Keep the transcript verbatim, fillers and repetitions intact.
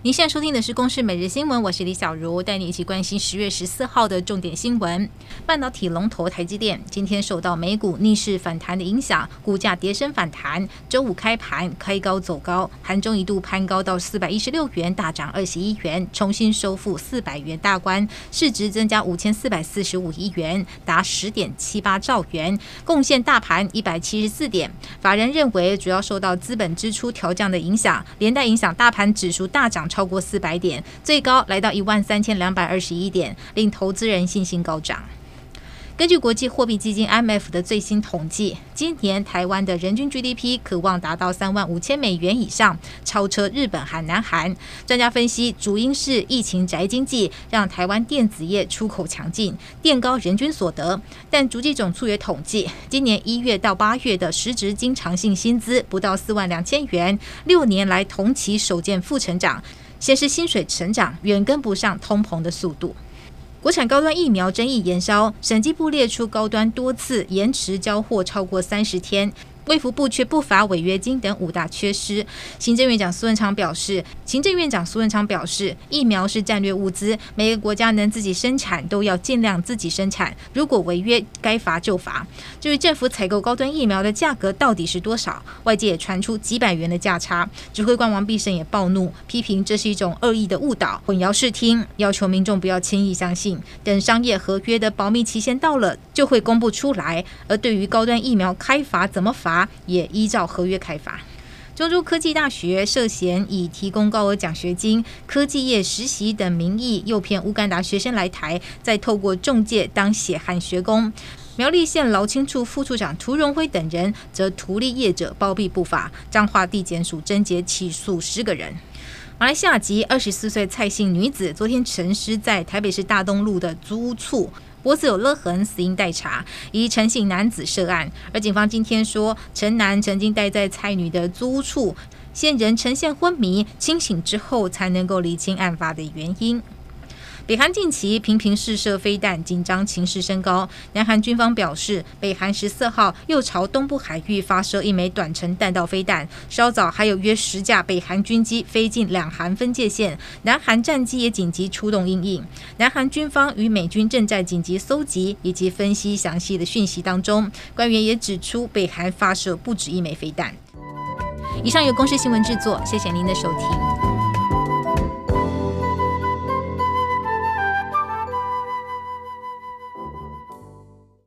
您现在收听的是公视每日新闻，我是李小茹，带你一起关心十月十四号的重点新闻。半导体龙头台积电今天受到美股逆势反弹的影响，股价跌升反弹，周五开盘开高走高，盘中一度攀高到四百一十六元，大涨二十一元，重新收复四百元大关，市值增加五千四百四十五亿元，达十点七八兆元，贡献大盘一百七十四点。法人认为主要受到资本支出调降的影响，连带影响大盘指数大涨超过四百点，最高来到一万三千两百二十一点，令投资人信心高涨。根据国际货币基金 I M F 的最新统计，今年台湾的人均 G D P 可望达到三万五千美元以上，超车日本和南韩。专家分析，主因是疫情宅经济让台湾电子业出口强劲，垫高人均所得。但主计总处也统计，今年一月到八月的实质经常性薪资不到四万两千元，六年来同期首见负成长，显示薪水成长远跟不上通膨的速度。国产高端疫苗争议延烧，审计部列出高端多次延迟交货超过三十天，卫福部却不乏违约金等五大缺失。行政院长苏文昌表示，行政院长苏文昌表示，疫苗是战略物资，每个国家能自己生产都要尽量自己生产，如果违约该罚就罚。至于政府采购高端疫苗的价格到底是多少，外界也传出几百元的价差。指挥官王必胜也暴怒，批评这是一种恶意的误导，混淆视听，要求民众不要轻易相信，等商业合约的保密期限到了就会公布出来。而对于高端疫苗开罚怎么罚，也依照合约开罚。中州科技大学涉嫌以提供高额奖学金、科技业实习等名义诱骗乌干达学生来台，再透过中介当血汗学工。苗栗县劳青处副处长涂荣辉等人则图利业者包庇不法，彰化地检署侦结起诉十个人。马来西亚籍二十四岁蔡姓女子昨天沉尸在台北市大东路的租屋处，脖子有勒痕，死因待查，疑陈姓男子涉案。而警方今天说，陈男曾经待在蔡女的租屋处，现人呈现昏迷，清醒之后才能够厘清案发的原因。北韩近期频频试射飞弹，紧张情势升高。南韩军方表示，北韩十四号又朝东部海域发射一枚短程弹道飞弹，稍早还有约十架北韩军机飞进两韩分界线，南韩战机也紧急出动应应。南韩军方与美军正在紧急搜集以及分析详细的讯息当中，官员也指出，北韩发射不止一枚飞弹。以上由公视新闻制作，谢谢您的收听。